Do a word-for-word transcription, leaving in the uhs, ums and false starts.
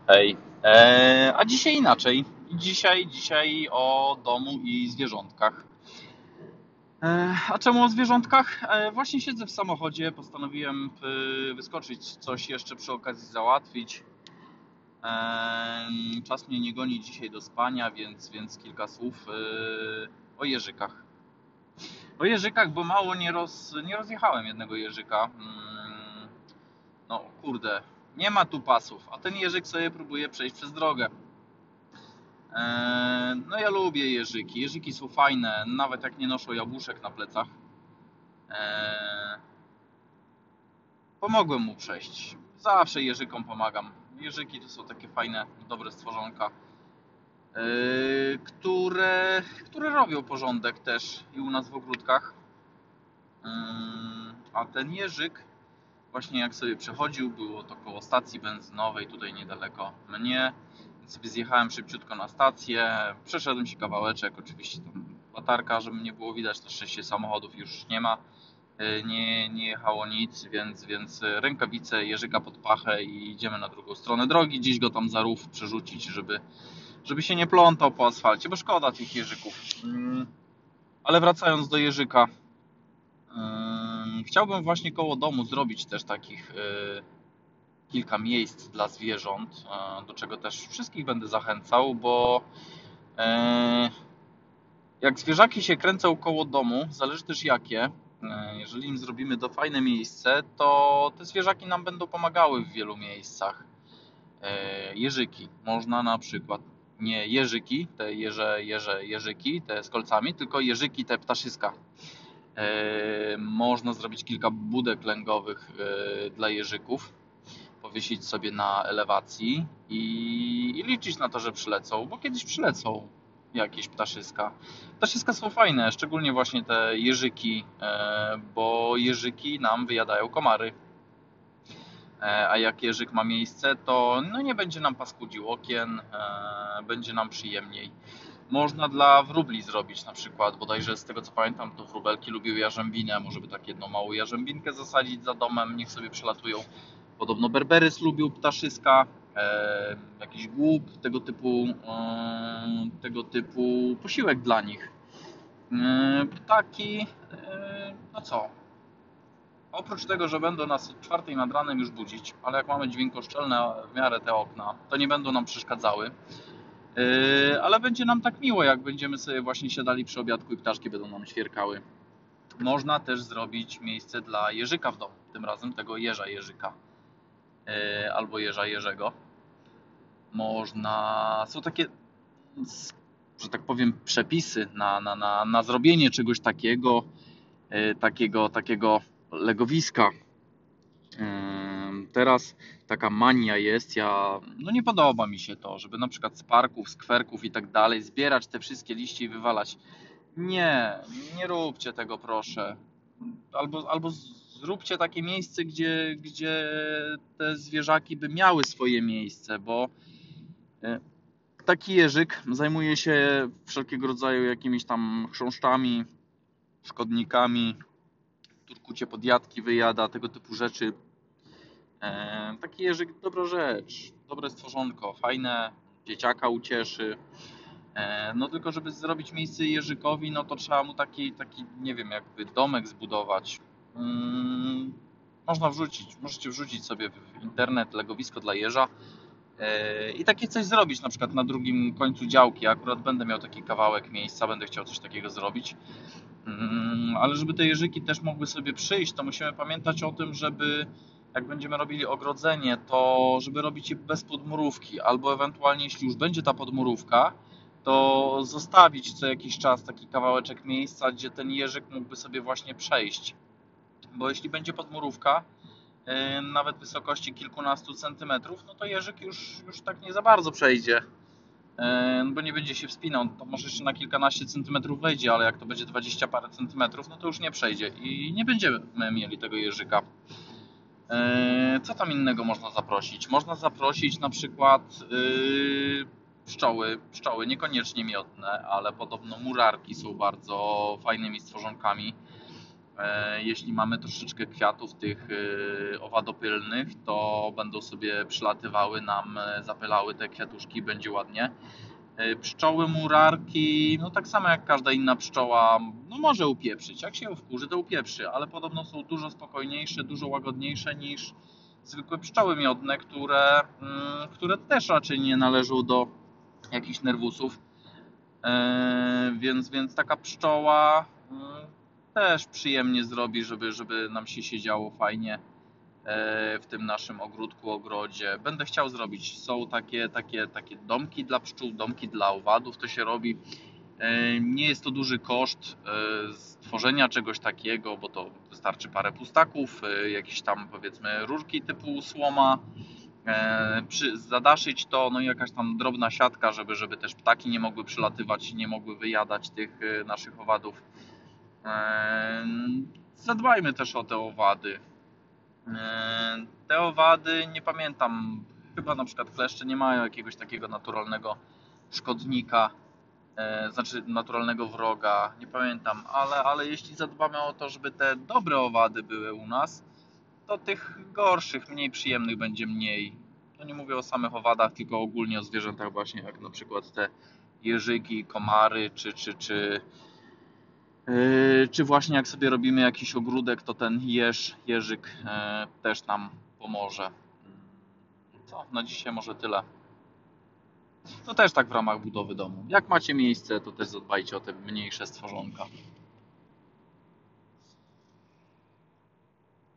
Hej. E, a dzisiaj inaczej. Dzisiaj, dzisiaj o domu i zwierzątkach. E, a czemu o zwierzątkach? E, właśnie siedzę w samochodzie, postanowiłem y, wyskoczyć, coś jeszcze przy okazji załatwić. E, czas mnie nie goni dzisiaj do spania, więc, więc kilka słów y, o jeżykach. O jeżykach, bo mało nie, roz, nie rozjechałem jednego jeżyka. Mm, no kurde, nie ma tu pasów, a ten jeżyk sobie próbuje przejść przez drogę. Eee, No ja lubię jeżyki. Jeżyki są fajne, nawet jak nie noszą jabłuszek na plecach. Eee, Pomogłem mu przejść. Zawsze jeżykom pomagam. Jeżyki to są takie fajne, dobre stworzonka, eee, które, które robią porządek też i u nas w ogródkach. Eee, A ten jeżyk, właśnie jak sobie przechodził, było to koło stacji benzynowej, tutaj niedaleko mnie. Więc sobie zjechałem szybciutko na stację, przeszedłem się kawałeczek, oczywiście tam latarka, żeby nie było widać, na szczęście samochodów już nie ma, nie, nie jechało nic, więc, więc rękawice, jeżyka pod pachę i idziemy na drugą stronę drogi, gdzieś go tam za rów przerzucić, żeby, żeby się nie plątał po asfalcie, bo szkoda tych jeżyków. Mm, Ale wracając do jeżyka, chciałbym właśnie koło domu zrobić też takich kilka miejsc dla zwierząt, do czego też wszystkich będę zachęcał, bo jak zwierzaki się kręcą koło domu, zależy też jakie, jeżeli im zrobimy to fajne miejsce, to te zwierzaki nam będą pomagały w wielu miejscach. Jeżyki, można na przykład, nie jeżyki, te jeże, jeże, jeżyki, te z kolcami, tylko jeżyki, te ptaszyska. Można zrobić kilka budek lęgowych dla jeżyków, powiesić sobie na elewacji i, i liczyć na to, że przylecą, bo kiedyś przylecą jakieś ptaszyska. Ptaszyska są fajne, szczególnie właśnie te jeżyki, e, bo jeżyki nam wyjadają komary. E, A jak jeżyk ma miejsce, to no nie będzie nam paskudził okien, e, będzie nam przyjemniej. Można dla wróbli zrobić na przykład, bodajże z tego co pamiętam, to wróbelki lubią jarzębinę, może by tak jedną małą jarzębinkę zasadzić za domem, niech sobie przelatują. Podobno berberys lubią ptaszyska, e, jakiś głób, tego typu, e, tego typu posiłek dla nich. E, ptaki, e, no co? Oprócz tego, że będą nas od czwartej nad ranem już budzić, ale jak mamy dźwiękoszczelne w miarę te okna, to nie będą nam przeszkadzały. E, ale będzie nam tak miło, jak będziemy sobie właśnie siadali przy obiadku i ptaszki będą nam świerkały. Można też zrobić miejsce dla jeżyka w domu, tym razem tego jeża jeżyka, e, albo jeża jeżego. Można, są takie, że tak powiem, przepisy na, na, na, na zrobienie czegoś takiego, e, takiego, takiego legowiska. Teraz taka mania jest, ja, no nie podoba mi się to, żeby na przykład z parków, skwerków i tak dalej zbierać te wszystkie liście i wywalać. Nie, nie róbcie tego, proszę. Albo, albo zróbcie takie miejsce, gdzie, gdzie te zwierzaki by miały swoje miejsce, bo e, taki jeżyk zajmuje się wszelkiego rodzaju jakimiś tam chrząszczami, szkodnikami, turkucie podjadki wyjada, tego typu rzeczy. E, taki jeżyk dobra rzecz, dobre stworzonko, fajne, dzieciaka ucieszy. E, no tylko żeby zrobić miejsce jeżykowi, no to trzeba mu taki, taki nie wiem, jakby domek zbudować. Mm, Można wrzucić, możecie wrzucić sobie w internet legowisko dla jeża i takie coś zrobić, na przykład na drugim końcu działki. Ja akurat będę miał taki kawałek miejsca, będę chciał coś takiego zrobić. Mm, Ale żeby te jeżyki też mogły sobie przyjść, to musimy pamiętać o tym, żeby jak będziemy robili ogrodzenie, to żeby robić je bez podmurówki, albo ewentualnie jeśli już będzie ta podmurówka, to zostawić co jakiś czas taki kawałeczek miejsca, gdzie ten jeżyk mógłby sobie właśnie przejść. Bo jeśli będzie podmurówka, yy, nawet wysokości kilkunastu centymetrów, no to jeżyk już, już tak nie za bardzo przejdzie. Yy, bo nie będzie się wspinał, to może jeszcze na kilkanaście centymetrów wejdzie, ale jak to będzie dwadzieścia parę centymetrów, no to już nie przejdzie i nie będziemy mieli tego jeżyka. Yy, Co tam innego można zaprosić? Można zaprosić na przykład yy, pszczoły, pszczoły niekoniecznie miodne, ale podobno murarki są bardzo fajnymi stworzonkami. E, Jeśli mamy troszeczkę kwiatów tych e, owadopylnych, to będą sobie przylatywały nam, e, zapylały te kwiatuszki, będzie ładnie. E, Pszczoły murarki, no tak samo jak każda inna pszczoła, no może upieprzyć. Jak się ją wkurzy, to upieprzy, ale podobno są dużo spokojniejsze, dużo łagodniejsze niż zwykłe pszczoły miodne, które, mm, które też raczej nie należą do jakichś nerwusów. E, więc, więc taka pszczoła mm, też przyjemnie zrobi, żeby, żeby nam się siedziało fajnie e, w tym naszym ogródku, ogrodzie. Będę chciał zrobić. Są takie, takie, takie domki dla pszczół, domki dla owadów, to się robi. E, Nie jest to duży koszt e, stworzenia czegoś takiego, bo to wystarczy parę pustaków, e, jakieś tam powiedzmy rurki typu słoma, e, przy, zadaszyć to, no i jakaś tam drobna siatka, żeby, żeby też ptaki nie mogły przylatywać i nie mogły wyjadać tych e, naszych owadów. E, Zadbajmy też o te owady. E, Te owady, nie pamiętam, chyba na przykład kleszcze nie mają jakiegoś takiego naturalnego szkodnika, e, znaczy naturalnego wroga, nie pamiętam, ale, ale jeśli zadbamy o to, żeby te dobre owady były u nas, to tych gorszych, mniej przyjemnych będzie mniej. To nie mówię o samych owadach, tylko ogólnie o zwierzętach właśnie, jak na przykład te jeżyki, komary, czy, czy, czy, yy, czy właśnie jak sobie robimy jakiś ogródek, to ten jeż, jeżyk yy, też nam pomoże. Co? Na dzisiaj może tyle. To też tak w ramach budowy domu. Jak macie miejsce, to też zadbajcie o te mniejsze stworzonka.